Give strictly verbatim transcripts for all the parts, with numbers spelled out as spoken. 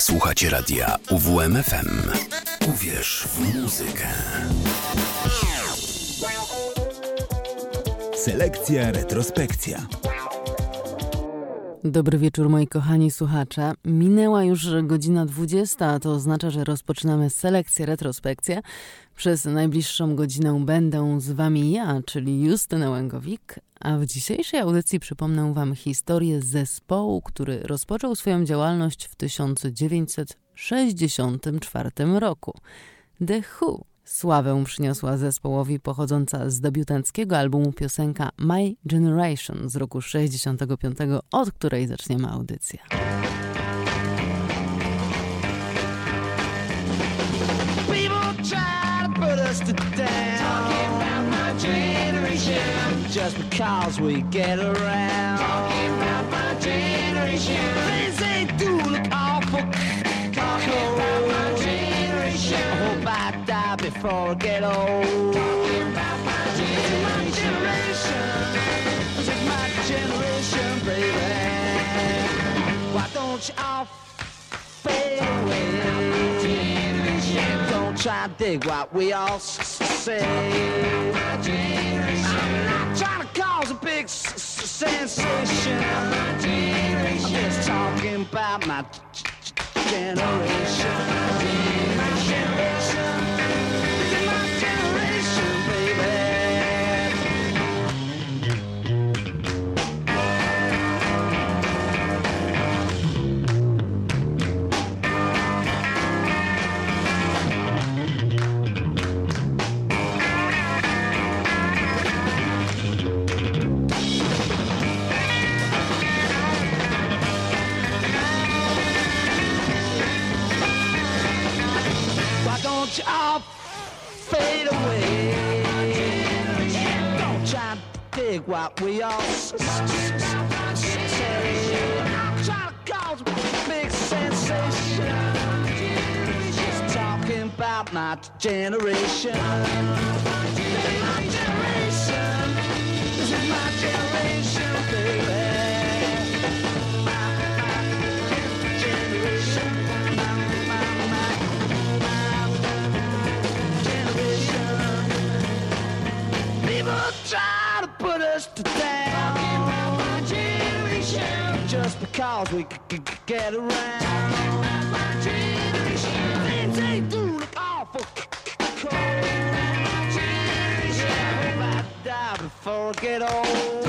Słuchacie radia U W M F M. Uwierz w muzykę. Selekcja, retrospekcja. Dobry wieczór, moi kochani słuchacze. Minęła już godzina dwudziesta, a to oznacza, że rozpoczynamy selekcję, retrospekcję. Przez najbliższą godzinę będę z wami ja, czyli Justyna Łęgowik, a w dzisiejszej audycji przypomnę wam historię zespołu, który rozpoczął swoją działalność w tysiąc dziewięćset sześćdziesiątym czwartym roku. The Who. Sławę przyniosła zespołowi pochodząca z debiutanckiego albumu piosenka My Generation z roku sześćdziesiątego piątego, od której zaczniemy audycję. Us to down, talking about my generation, just because we get around, talking about my generation, things they do look awful, talking about my generation, I hope I die before I get old, talking about my generation, this is my generation, baby, why don't you all fade away? Try to dig what we all say. I'm not trying to cause a big s- s- sensation. I'm just talking about my g- g- generation. My generation. This is my generation, baby. Don't you all fade away? Don't try to dig what we all s- s- s- say. I'm trying to cause a big sensation. Just talking about my generation. This is my generation. This is my generation, baby. My, my generation. My, my, my. People try to put us to down, talking about my generation, just because we c- c- get around, talking about my generation, things they do look awful cold, my generation, I hope I die before I get old.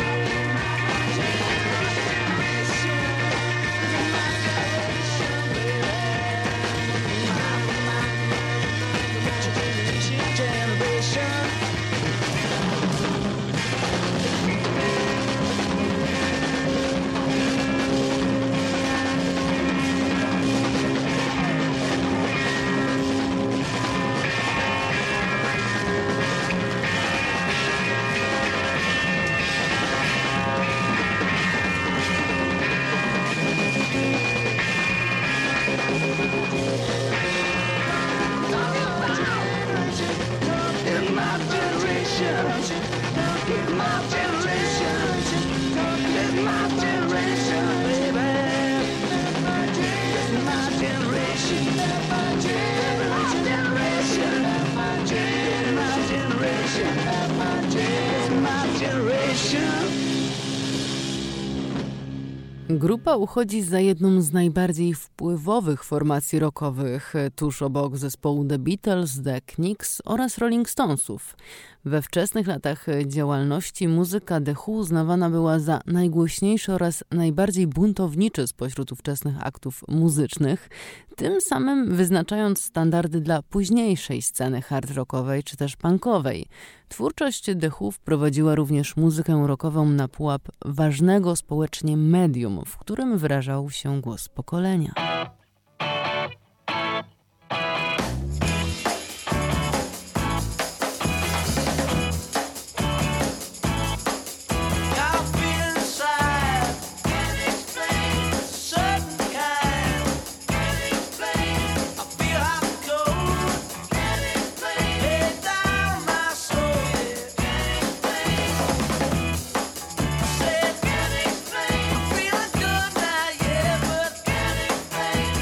Grupa uchodzi za jedną z najbardziej wpływowych formacji rockowych, tuż obok zespołu The Beatles, The Knicks oraz Rolling Stonesów. We wczesnych latach działalności muzyka The Who uznawana była za najgłośniejszy oraz najbardziej buntowniczy spośród ówczesnych aktów muzycznych, tym samym wyznaczając standardy dla późniejszej sceny hard rockowej czy też punkowej. Twórczość The Who wprowadziła również muzykę rockową na pułap ważnego społecznie medium, w którym wyrażał się głos pokolenia. Feeling good now, yeah, but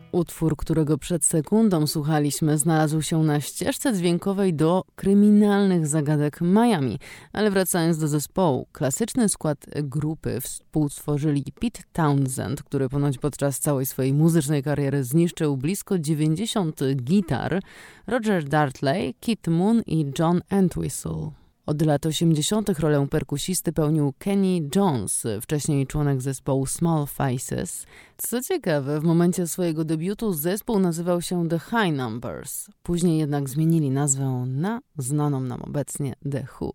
Utwór, którego przed sekundą słuchaliśmy, znalazł się na ścieżce dźwiękowej do Kryminalnych Zagadek Miami. Ale wracając do zespołu, klasyczny skład grupy współtworzyli Pete Townshend, który ponoć podczas całej swojej muzycznej kariery zniszczył blisko dziewięćdziesiąt gitar, Roger Daltrey, Keith Moon i John Entwistle. Od lat osiemdziesiątych rolę perkusisty pełnił Kenny Jones, wcześniej członek zespołu Small Faces. Co ciekawe, w momencie swojego debiutu zespół nazywał się The High Numbers. Później jednak zmienili nazwę na znaną nam obecnie The Who.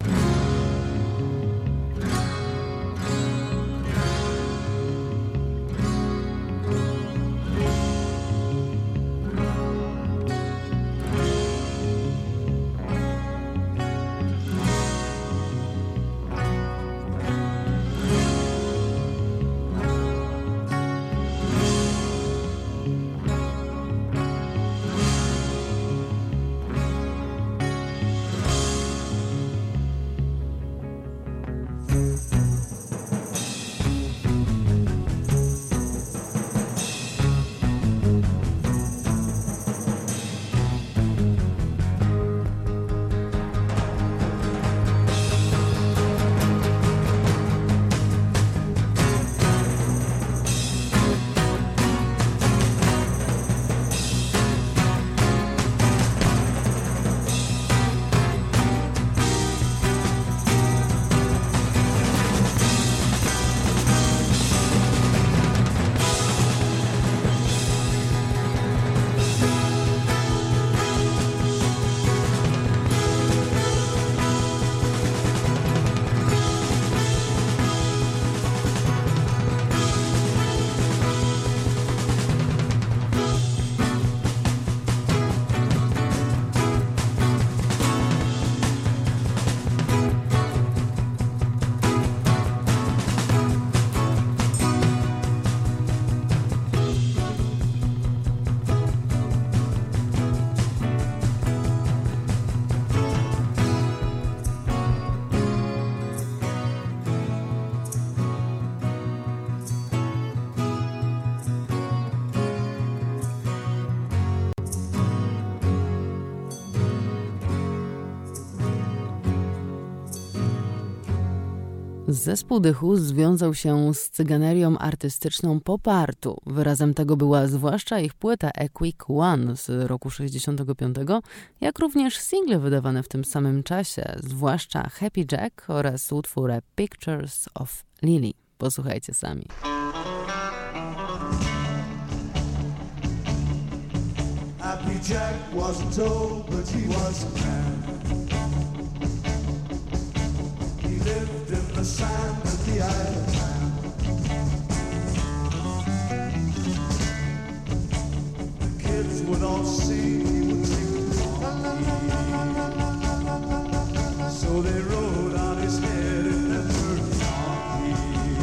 Zespół The Who związał się z cyganerią artystyczną pop artu. Wyrazem tego była zwłaszcza ich płyta A Quick One z roku sześćdziesiątego piątego, jak również single wydawane w tym samym czasie, zwłaszcza Happy Jack oraz utwór Pictures of Lily. Posłuchajcie sami. Happy Jack wasn't told, but he was a man. He lived in the sand of the island. The kids would all see he would drink coffee. So they rode on his head in their dirty donkey.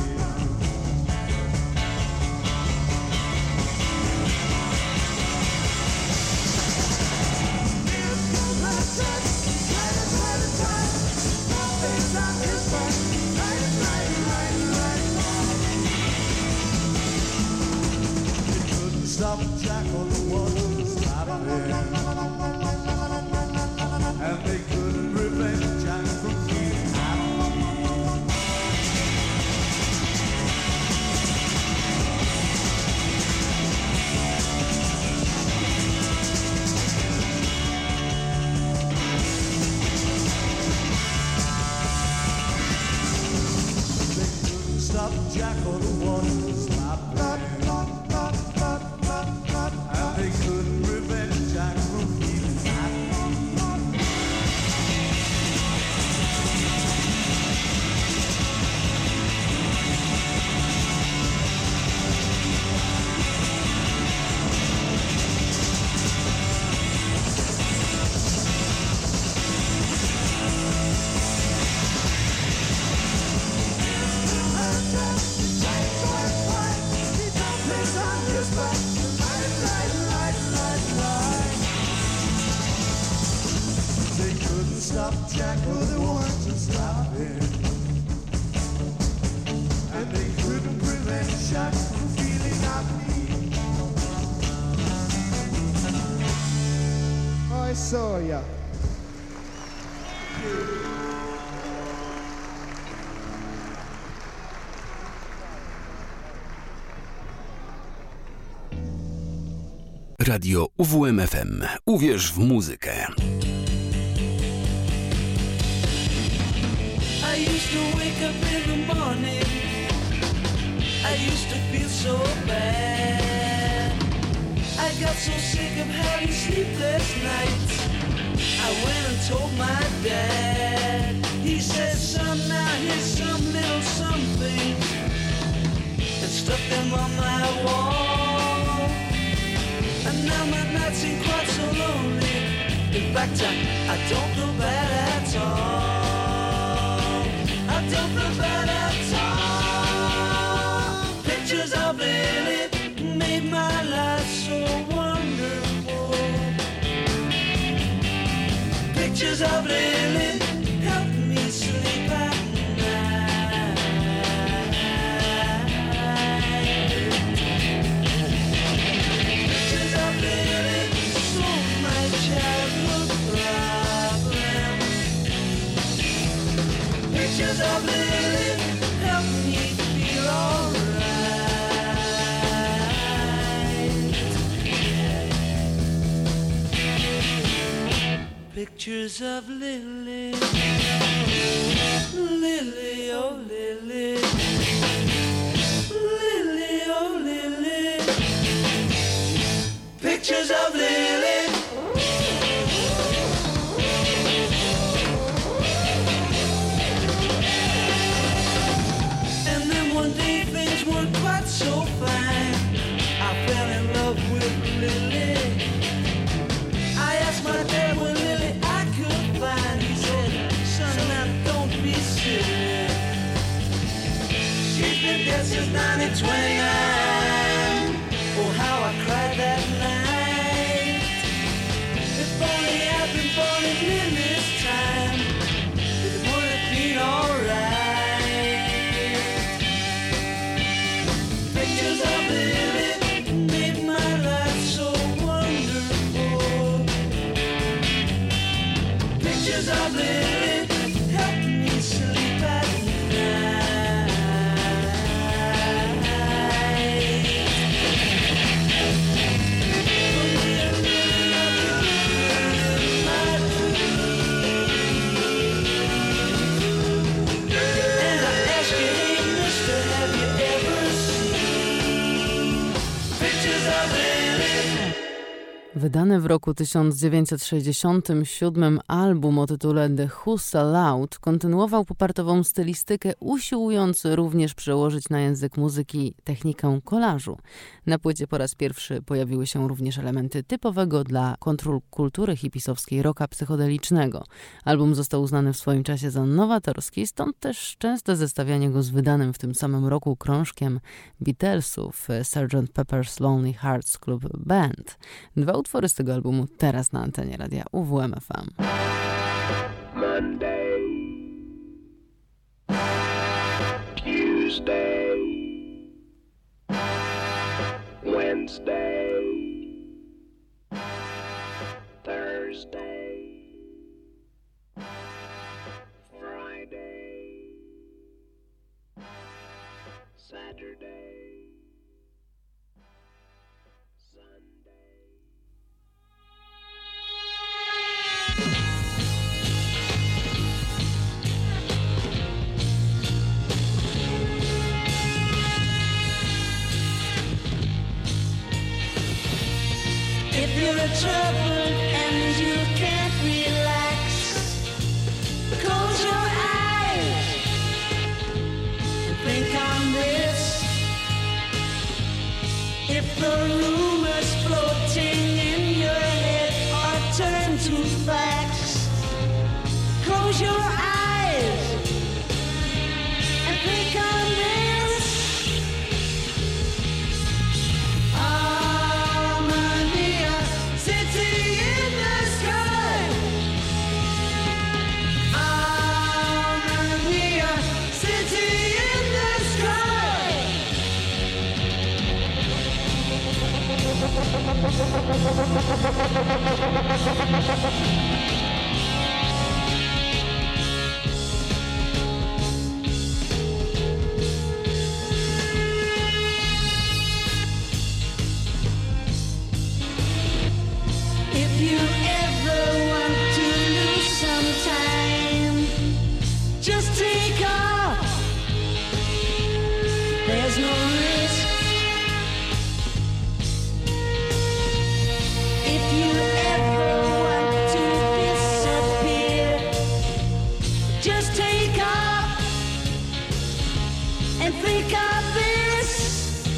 Stop Jack on the one stopping, and they couldn't prevent Jack from feeling happy. They couldn't stop Jack on the one stopping. They couldn't prevent Jack from feeling happy. Stop Jack, well they wanted to stop him, and they couldn't prevent Jack from feeling happy. I saw ya. Radio U W M F M. Uwierz w muzykę. I used to wake up in the morning, I used to feel so bad. I got so sick of having sleepless nights, I went and told my dad. He said, son, now here's some little something, and stuck them on my wall. And now my nights seem quite so lonely. In fact, I, I don't feel bad at all. I don't feel bad at all. Pictures of Lily made my life so wonderful. Pictures of Lily helped me sleep at night. Pictures of Lily solved my childhood problem. Pictures of Lily helped me feel alright. Pictures of Lily, Lily, oh Lily, Lily, oh Lily. Pictures of Lily. And then one day things weren't quite so fine. I fell in love with Lily. I asked my dad when Lily I could find. He said, son, now don't be silly. She's been dead since nineteen twenty-nine. Oh, how I cried that night. If only I'd been born in Lily's time, it would have been alright. Pictures of Lily made my life so wonderful. Pictures of Lily helped me sleep at night. And I ask you, hey mister, have you ever seen pictures of Lily? Wydany w roku tysiąc dziewięćset sześćdziesiątym siódmym album o tytule The Who's Allowed kontynuował popartową stylistykę, usiłując również przełożyć na język muzyki technikę kolażu. Na płycie po raz pierwszy pojawiły się również elementy typowego dla kontrkultury hipisowskiej rocka psychodelicznego. Album został uznany w swoim czasie za nowatorski, stąd też częste zestawianie go z wydanym w tym samym roku krążkiem Beatlesów sergeant Pepper's Lonely Hearts Club Band. Dwa utwory z tego albumu teraz na antenie radia U W M F M. Monday, Tuesday, Wednesday, Thursday, Friday, Saturday, Sunday. If you're troubled and you can't relax, close your eyes and think on this. If the rumors floating in your head are turned to facts, close your eyes and think on this. Harmonia, city in the sky. Harmonia, city in the sky. If you ever want to lose some time, just take off. There's no risk. If you ever want to disappear, just take off and think of this.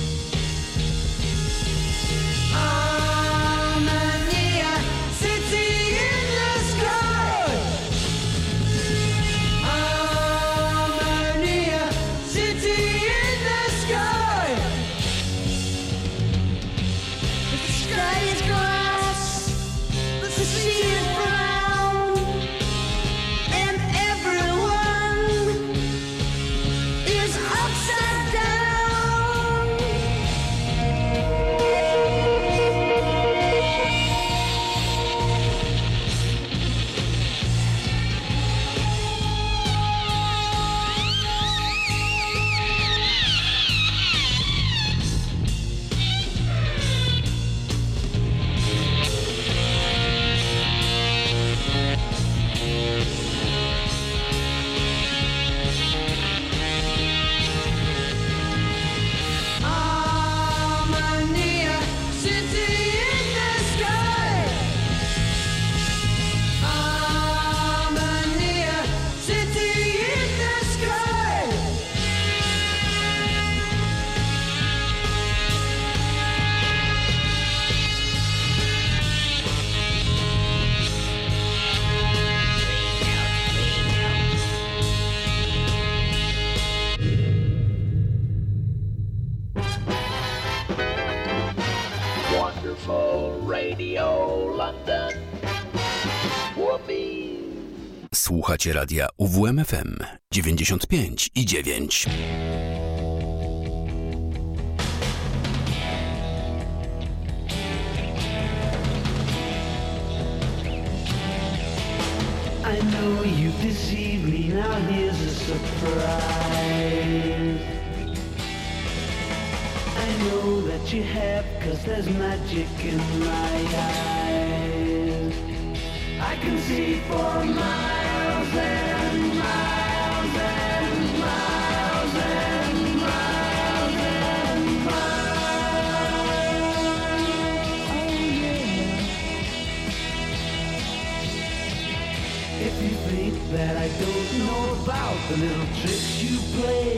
Słuchacie radia U W M F M dziewięćdziesiąt pięć i dziewięć. I know you deceived me, now here's a surprise. I know that you have, 'cause there's magic in my eyes. I can see for miles and miles and miles and miles and miles. Oh yeah. If you think that I don't know about the little tricks you play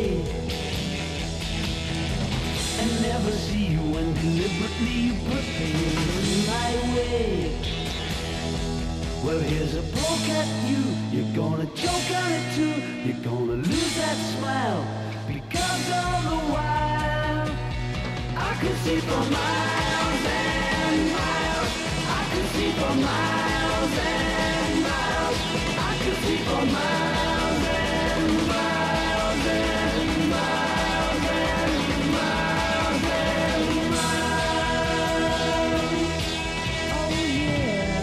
and never see you when deliberately you put things in my way, well, here's a poke at you. You're gonna choke on it too. You're gonna lose that smile because all the while I could see for miles and miles. I could see for miles and miles. I could see for miles and miles and miles and miles and miles. Oh yeah.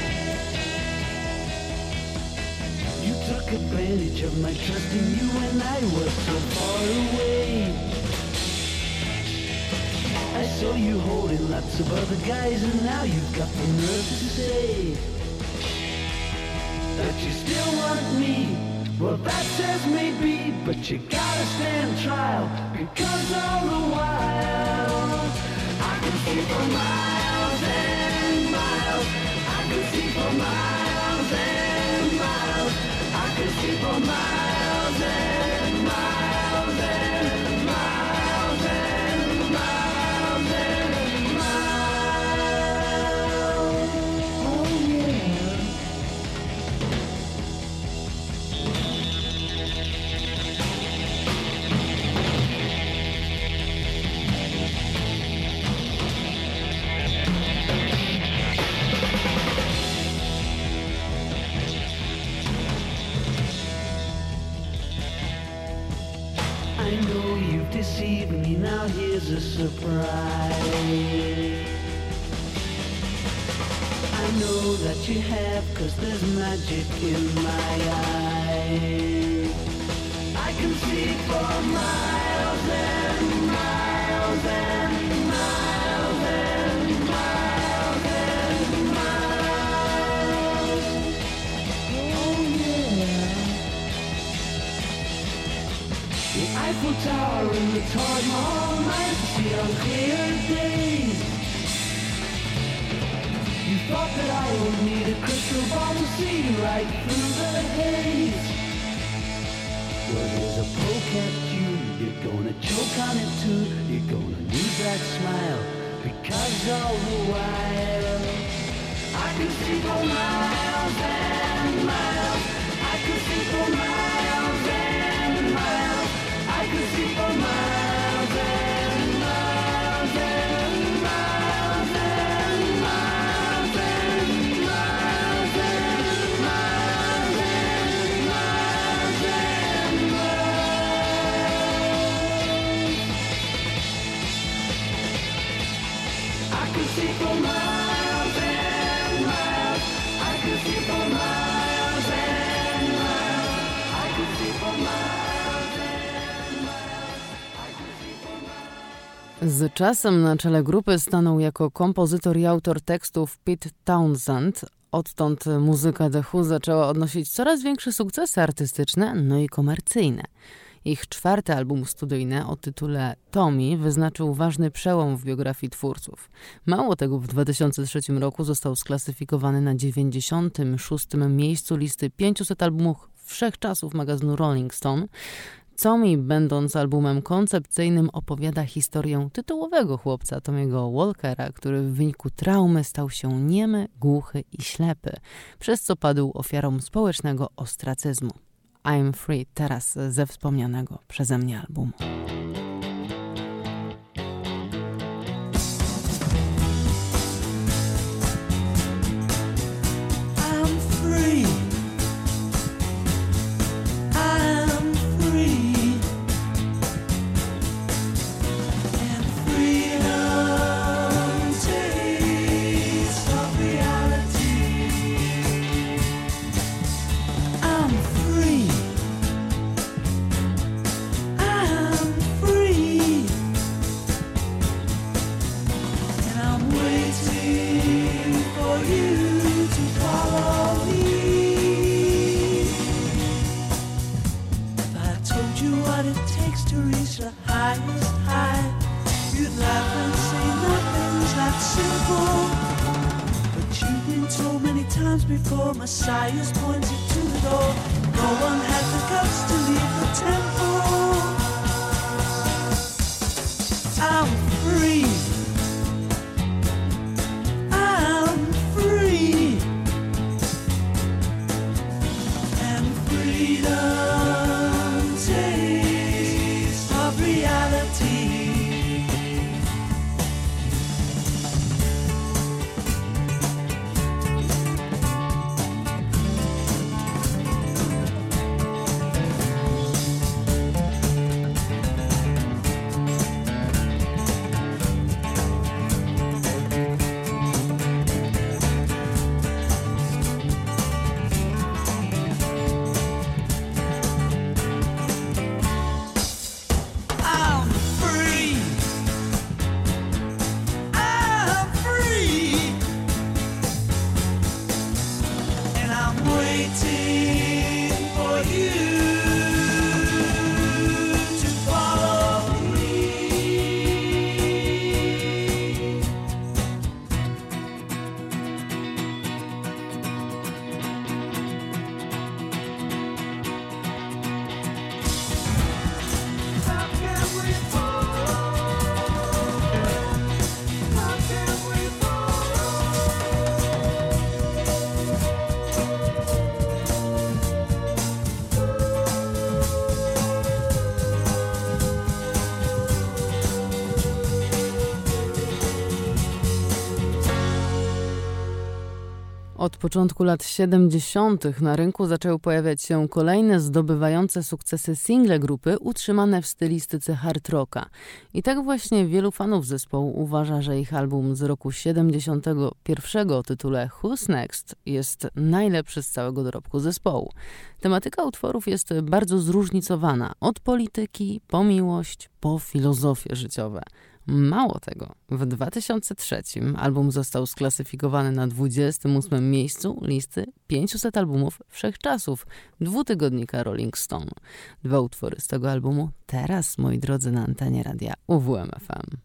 You took advantage of my trust in you when I was so far away. I saw you holding lots of other guys, and now you've got the nerve to say that you still want me. Well, that says maybe, but you gotta stand trial, because all the while I can see for miles and miles. I can see for miles and miles. I can see for miles and miles and miles and miles and miles. Oh yeah. I know you've deceived me, now here's a surprise. I know that you have, 'cause there's magic in my eyes. I can see for miles and miles and miles and miles and miles. Oh yeah. The Eiffel Tower and the Taj Mahal might see on clear days. You thought that I would need a crystal ball to see right through the haze. Well, there's a poke at you, you're gonna choke on it too. You're gonna lose that smile, because all the while I can see for miles and miles. I can see for miles and miles. I can see for miles and miles and miles and miles and miles and miles and miles and miles. I can see for miles and miles. I can see for miles and miles. I can see for miles and miles. Z czasem na czele grupy stanął jako kompozytor i autor tekstów Pete Townshend. Odtąd muzyka The Who zaczęła odnosić coraz większe sukcesy artystyczne, no i komercyjne. Ich czwarty album studyjny o tytule Tommy wyznaczył ważny przełom w biografii twórców. Mało tego, w dwa tysiące trzecim roku został sklasyfikowany na dziewięćdziesiątym szóstym miejscu listy pięciuset albumów wszechczasów magazynu Rolling Stone. Tommy, będąc albumem koncepcyjnym, opowiada historię tytułowego chłopca Tommy'ego Walkera, który w wyniku traumy stał się niemy, głuchy i ślepy, przez co padł ofiarą społecznego ostracyzmu. I'm Free, teraz ze wspomnianego przeze mnie albumu. I'm free. I'm free. And freedom tastes of reality. I'm free. I'm free. And I'm waiting for you to follow me. If I told you what it takes to reach the highest high, you'd laugh and say nothing's that simple. But you've been told many times before, Messiah's pointed to the door. No one had the guts to leave the temple. I'm free. I'm free. And freedom tastes of reality. Od początku lat siedemdziesiątych na rynku zaczęły pojawiać się kolejne zdobywające sukcesy single grupy utrzymane w stylistyce hard rocka. I tak właśnie wielu fanów zespołu uważa, że ich album z roku siedemdziesiątego pierwszego o tytule Who's Next jest najlepszy z całego dorobku zespołu. Tematyka utworów jest bardzo zróżnicowana, od polityki po miłość, po filozofie życiowe. Mało tego, w dwa tysiące trzecim album został sklasyfikowany na dwudziestym ósmym miejscu listy pięciuset albumów wszechczasów dwutygodnika Rolling Stone. Dwa utwory z tego albumu teraz, moi drodzy, na antenie radia U W M F M.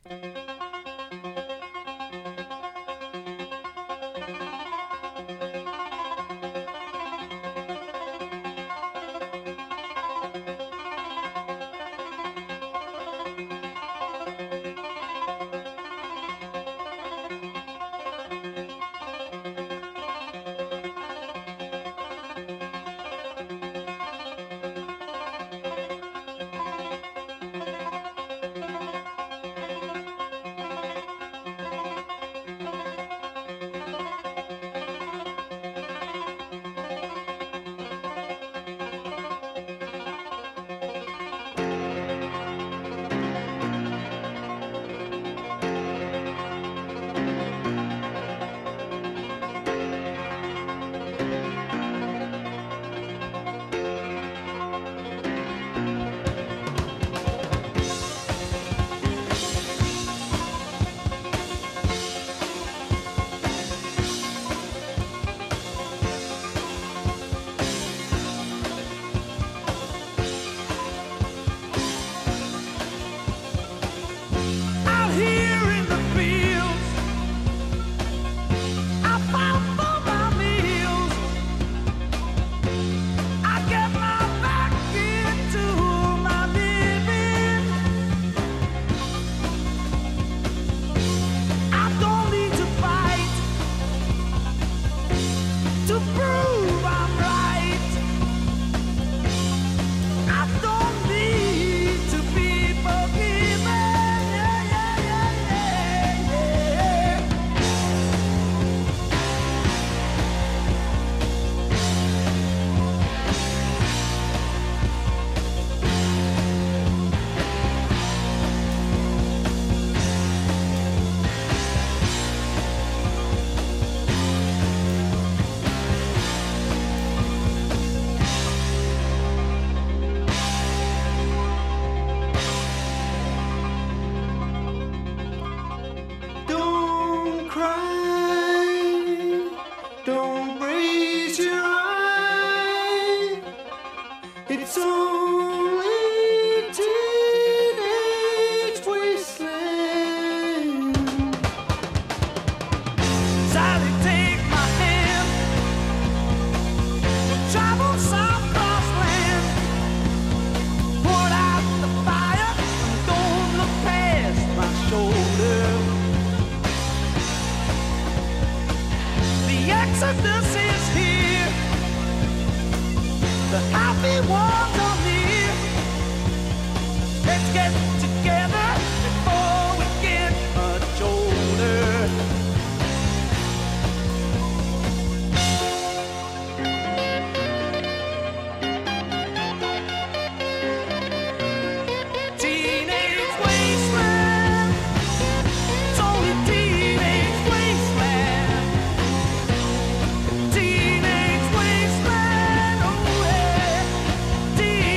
Teenage wasteland, oh yeah.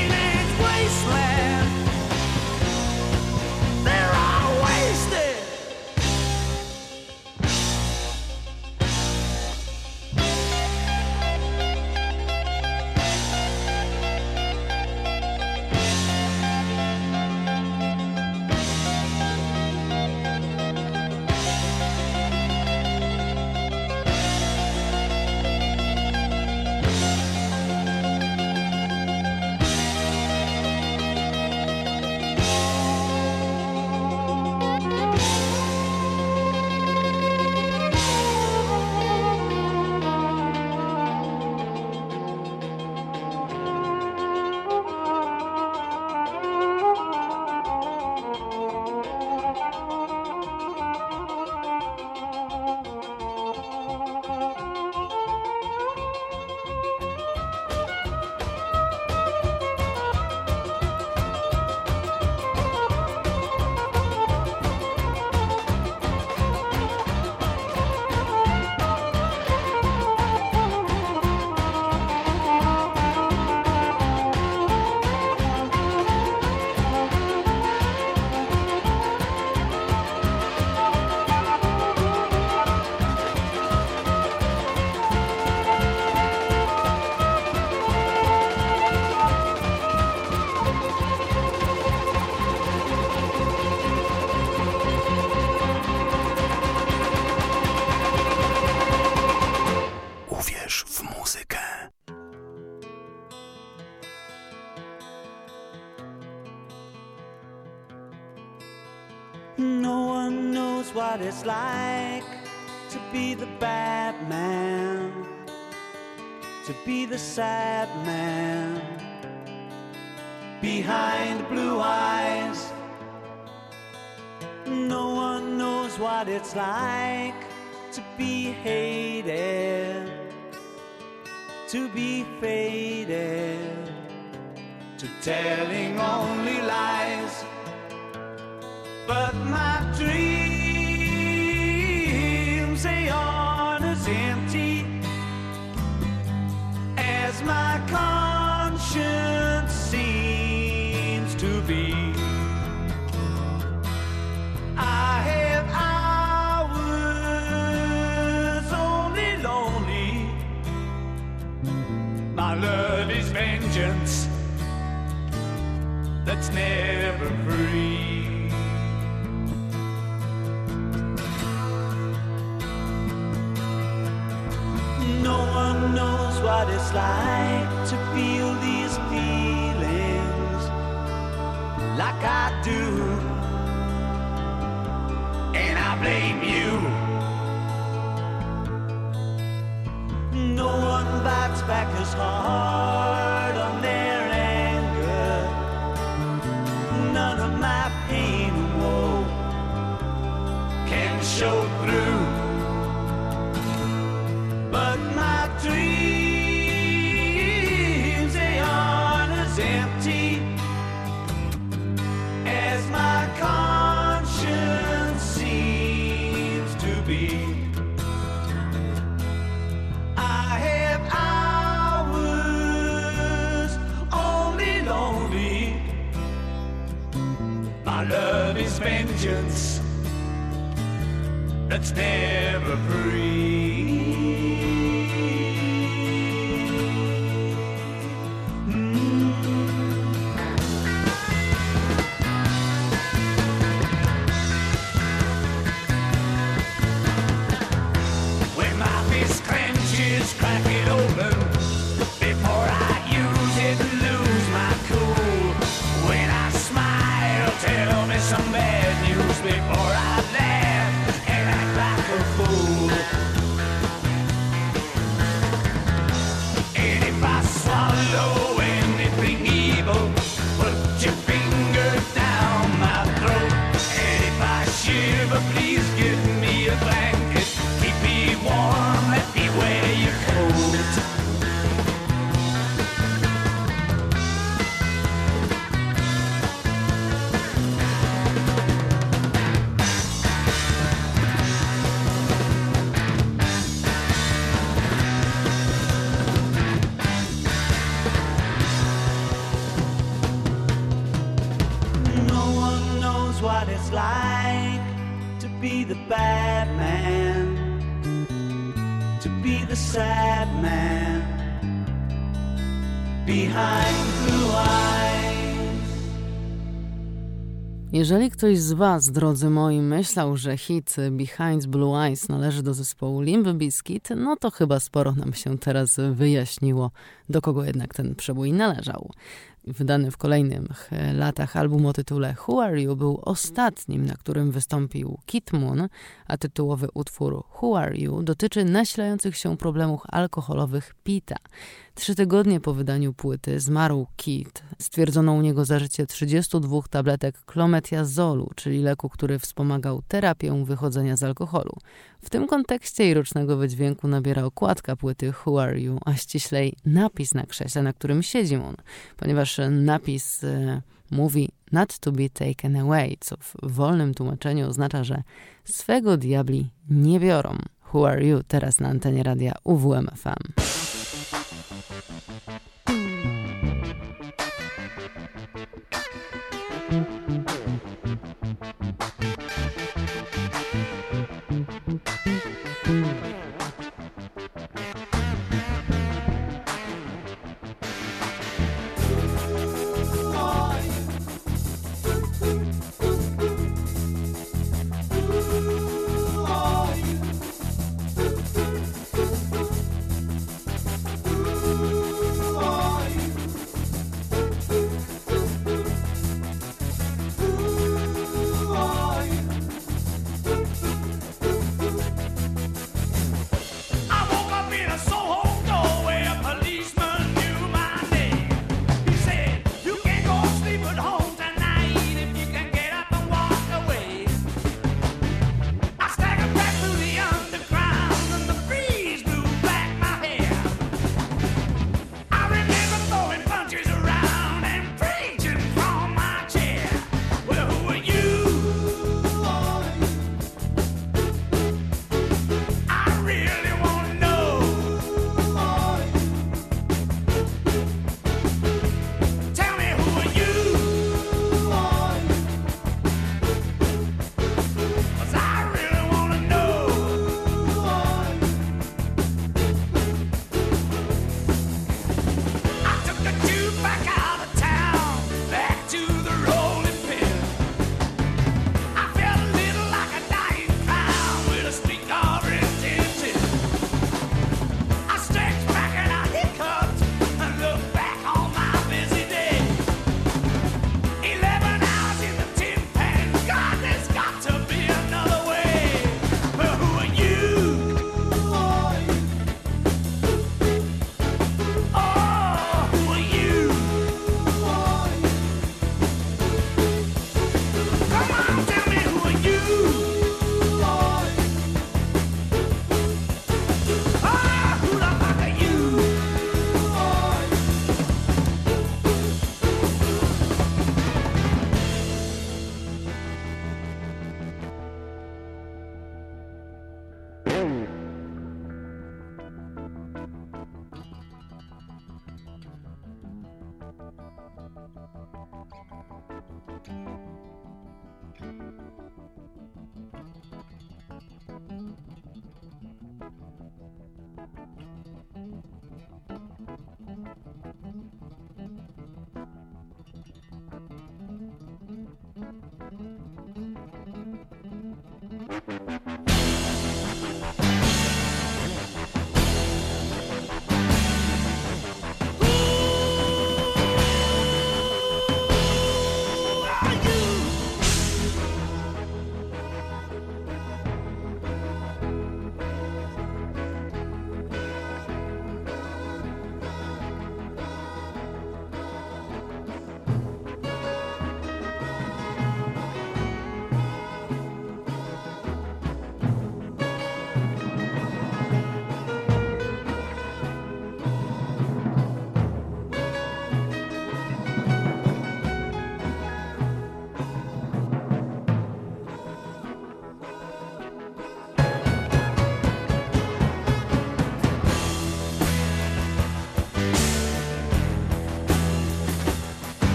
what it's like to be the bad man, to be the sad man behind blue eyes. No one knows what it's like to be hated, to be faded, to telling only lies. But my dreams, they aren't as empty as my conscience seems to be. I have hours only lonely. My love is vengeance that's never free. No one knows what it's like to feel these feelings like I do, and I blame you. No one bites back as hard on their anger. None of my pain and woe can show through. But my dreams, they aren't as empty as my conscience seems to be. I have hours only lonely. My love is vengeance that's never free. Crack it open before I use it and lose my cool. When I smile, tell me some bad news before I laugh and act like a fool. And if I swallow anything evil, put your finger down my throat. And if I shiver, please give me a blanket. Keep me warm, let me wear your coat. No one knows what it's like to be the bad man, to be the sad man behind blue eyes. Jeżeli ktoś z was, drodzy moi, myślał, że hit Behind Blue Eyes należy do zespołu Limp Bizkit, no to chyba sporo nam się teraz wyjaśniło, do kogo jednak ten przebój należał. Wydany w kolejnych latach album o tytule Who Are You był ostatnim, na którym wystąpił Keith Moon, a tytułowy utwór Who Are You dotyczy nasilających się problemów alkoholowych Pita. Trzy tygodnie po wydaniu płyty zmarł Keith. Stwierdzono u niego zażycie trzydziestu dwóch tabletek klometiazolu, czyli leku, który wspomagał terapię wychodzenia z alkoholu. W tym kontekście i rocznego wydźwięku nabiera okładka płyty Who Are You, a ściślej napis na krześle, na którym siedzi on, ponieważ napis y, mówi not to be taken away, co w wolnym tłumaczeniu oznacza, że swego diabli nie biorą. Who Are You teraz na antenie radia U W M F M.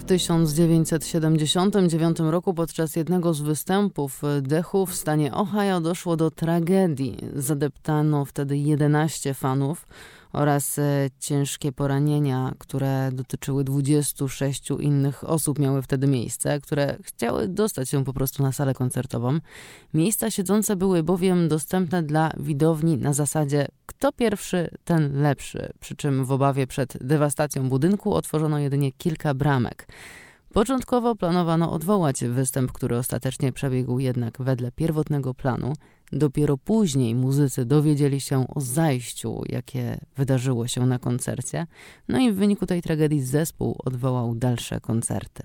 tysiąc dziewięćset siedemdziesiątym dziewiątym roku podczas jednego z występów The Who w stanie Ohio doszło do tragedii. Zadeptano wtedy jedenaście fanów oraz ciężkie poranienia, które dotyczyły dwudziestu sześciu innych osób, miały wtedy miejsce, które chciały dostać się po prostu na salę koncertową. Miejsca siedzące były bowiem dostępne dla widowni na zasadzie kto pierwszy, ten lepszy, przy czym w obawie przed dewastacją budynku otworzono jedynie kilka bramek. Początkowo planowano odwołać występ, który ostatecznie przebiegł jednak wedle pierwotnego planu. Dopiero później muzycy dowiedzieli się o zajściu, jakie wydarzyło się na koncercie. No i w wyniku tej tragedii zespół odwołał dalsze koncerty.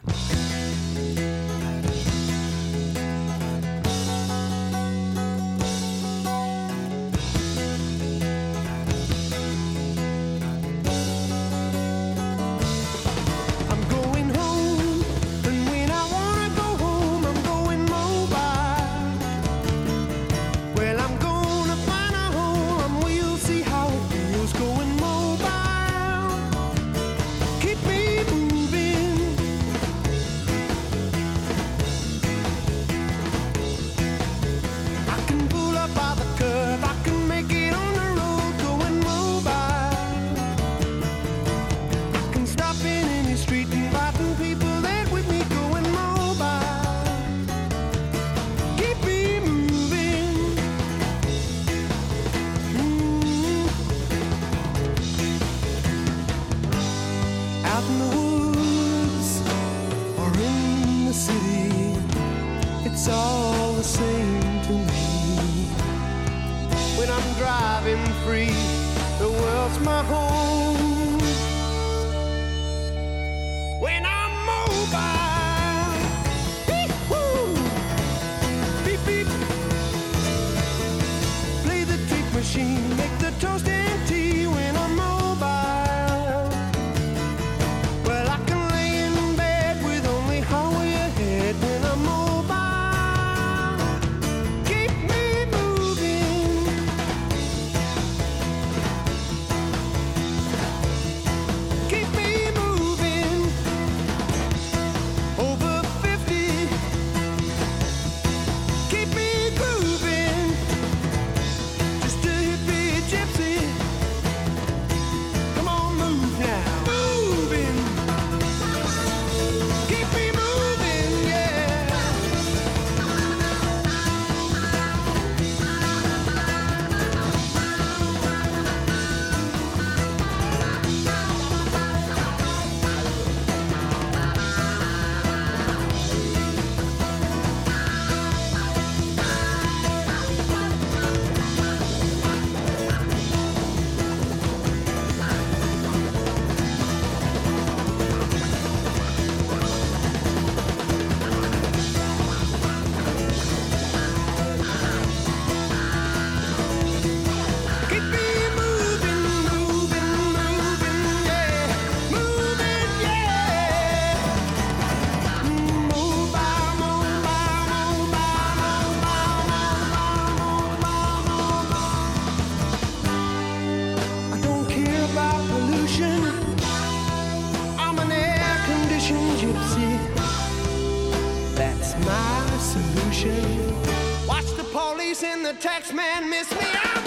Taxman miss me, I'm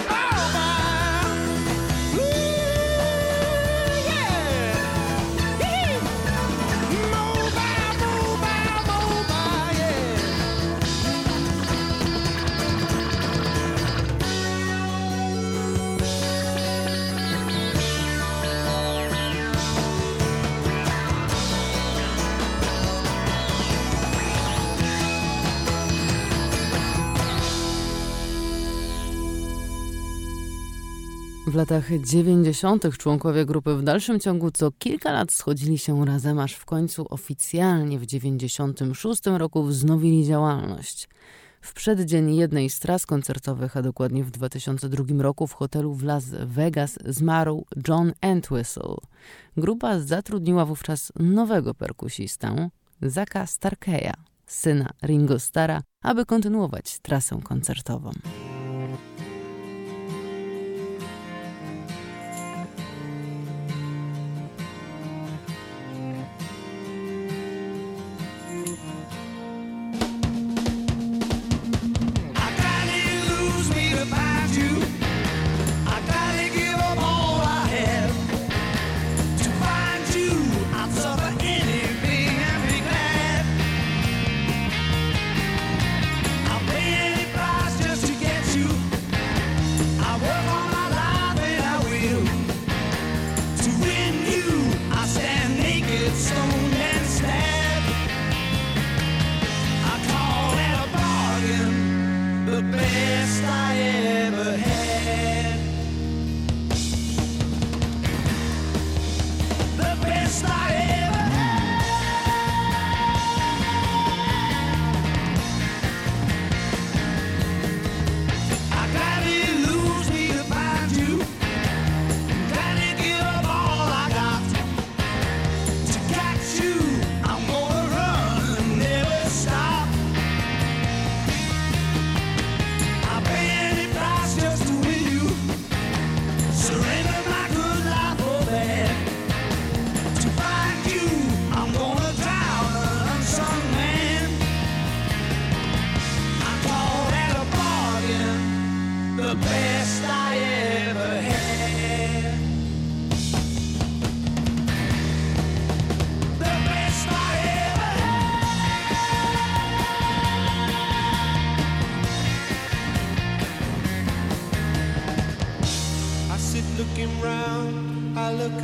mobile. Ooh, yeah. Mobile, mobile, mobile, yeah. W latach dziewięćdziesiątych członkowie grupy w dalszym ciągu co kilka lat schodzili się razem, aż w końcu oficjalnie w dziewięćdziesiątym szóstym roku wznowili działalność. W przeddzień jednej z tras koncertowych, a dokładnie w dwa tysiące drugim roku w hotelu w Las Vegas zmarł John Entwistle. Grupa zatrudniła wówczas nowego perkusistę, Zacka Starkeya, syna Ringo Starra, aby kontynuować trasę koncertową.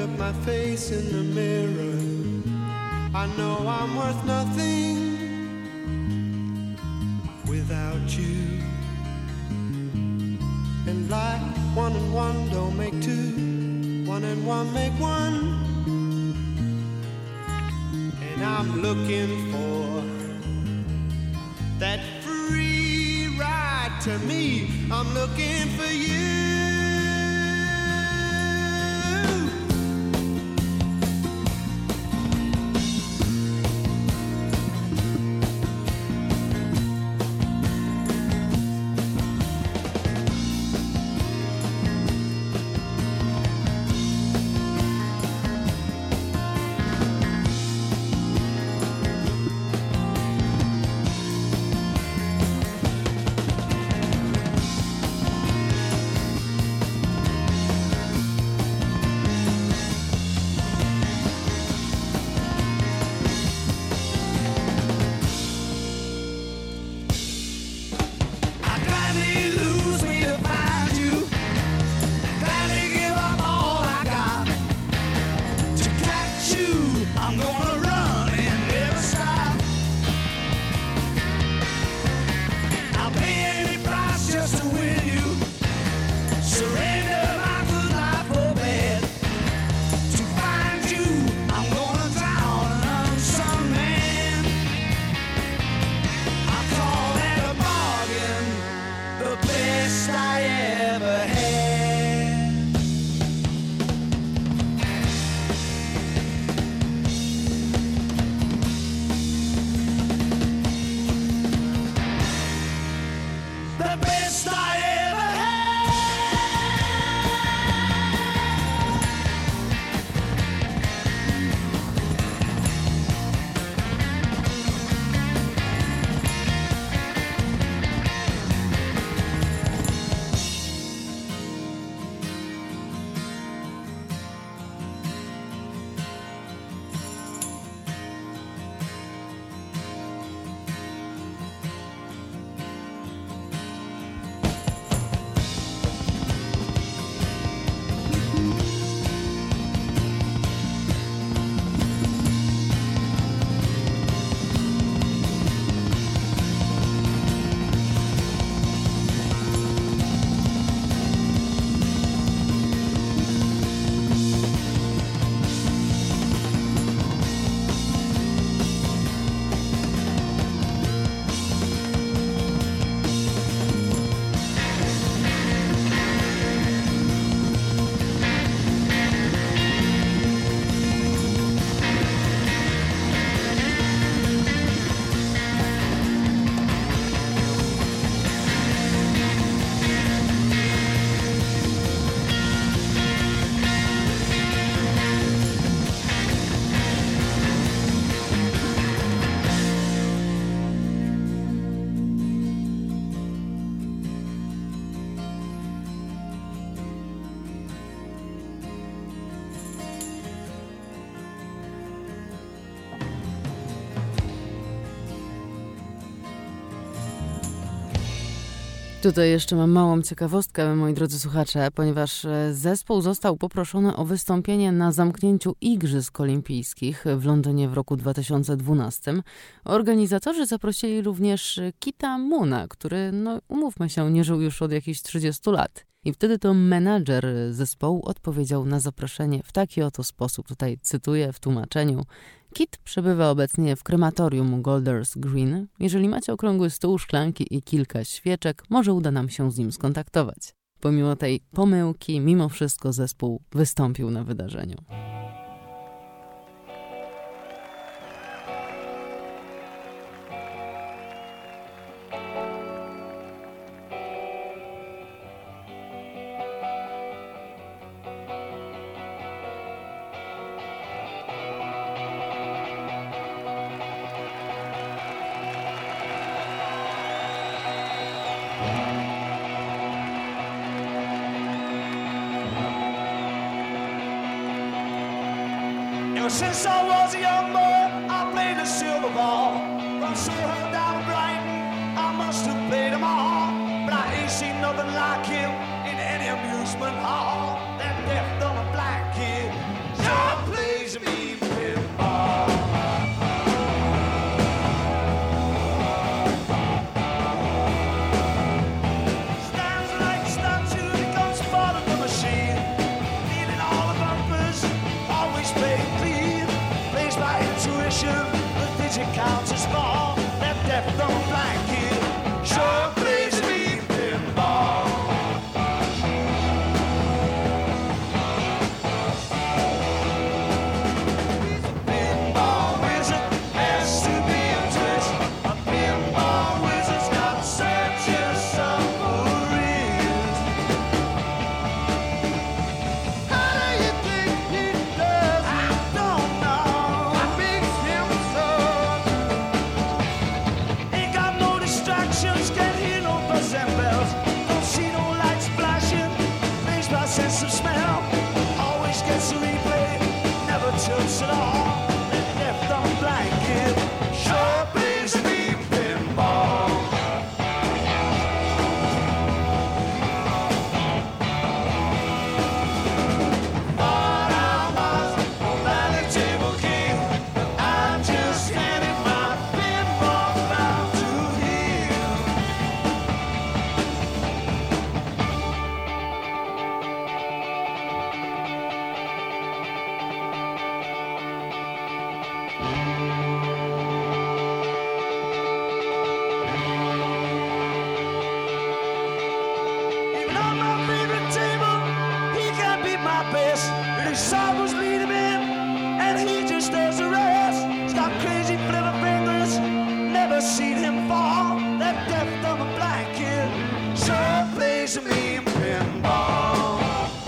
up my face in the mirror, I know I'm worth nothing without you. And like one and one don't make two, one and one make one. And I'm looking for that free ride to me. I'm looking for you. Tutaj jeszcze mam małą ciekawostkę, moi drodzy słuchacze, ponieważ zespół został poproszony o wystąpienie na zamknięciu Igrzysk Olimpijskich w Londynie w roku dwa tysiące dwunastym. Organizatorzy zaprosili również Keitha Moona, który, no umówmy się, nie żył już od jakichś trzydziestu lat. I wtedy to menadżer zespołu odpowiedział na zaproszenie w taki oto sposób. Tutaj cytuję w tłumaczeniu. Keith przebywa obecnie w krematorium Golders Green. Jeżeli macie okrągły stół, szklanki i kilka świeczek, może uda nam się z nim skontaktować. Pomimo tej pomyłki, mimo wszystko zespół wystąpił na wydarzeniu. Ever since I was a young boy, I played the silver ball. From Soho down to Brighton, I must have played them all. But I ain't seen nothing like him in any amusement hall. That deaf, dumb, and blind kid from a blanket, sure plays me in pinball.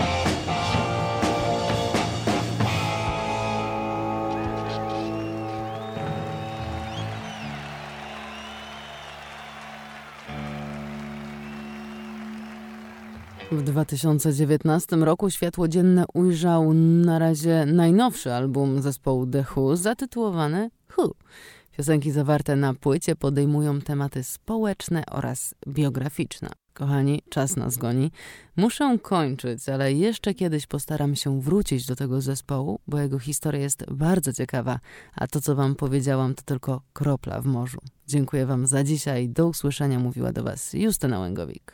W dwa tysiące dziewiętnastym roku światło dzienne ujrzał na razie najnowszy album zespołu The Who zatytułowany Who. Piosenki zawarte na płycie podejmują tematy społeczne oraz biograficzne. Kochani, czas nas goni. Muszę kończyć, ale jeszcze kiedyś postaram się wrócić do tego zespołu, bo jego historia jest bardzo ciekawa, a to, co wam powiedziałam, to tylko kropla w morzu. Dziękuję wam za dzisiaj. Do usłyszenia, mówiła do was Justyna Łęgowik.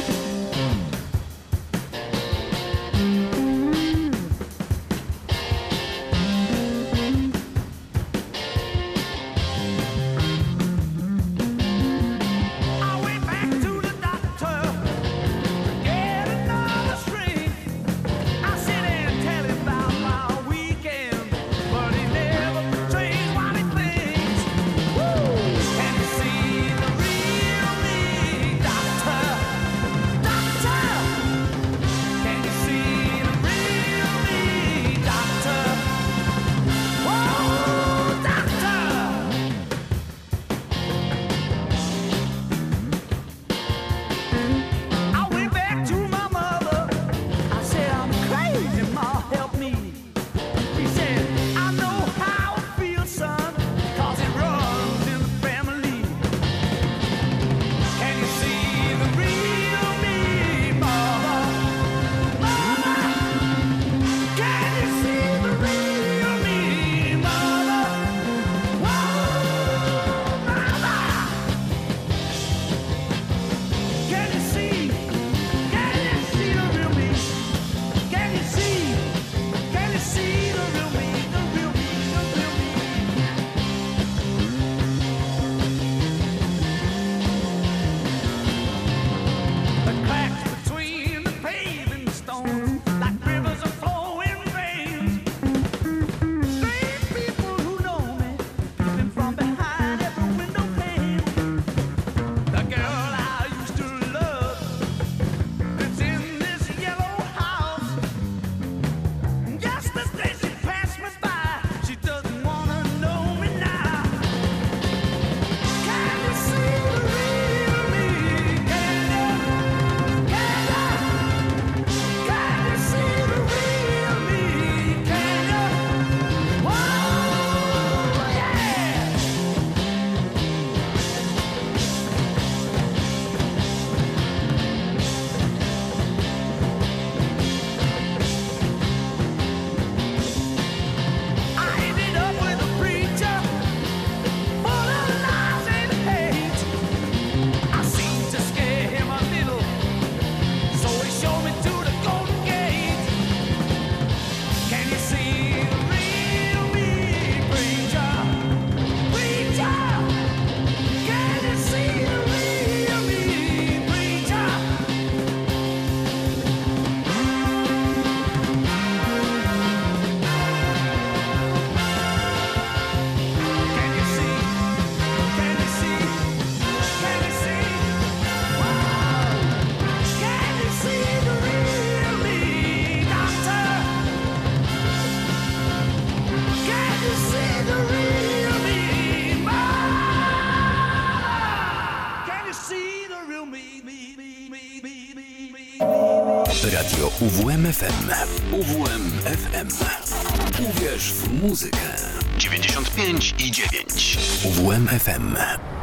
Radio U W M F M. U W M F M. Uwierz w muzykę. dziewięćdziesiąt pięć i dziewięć. U W M F M.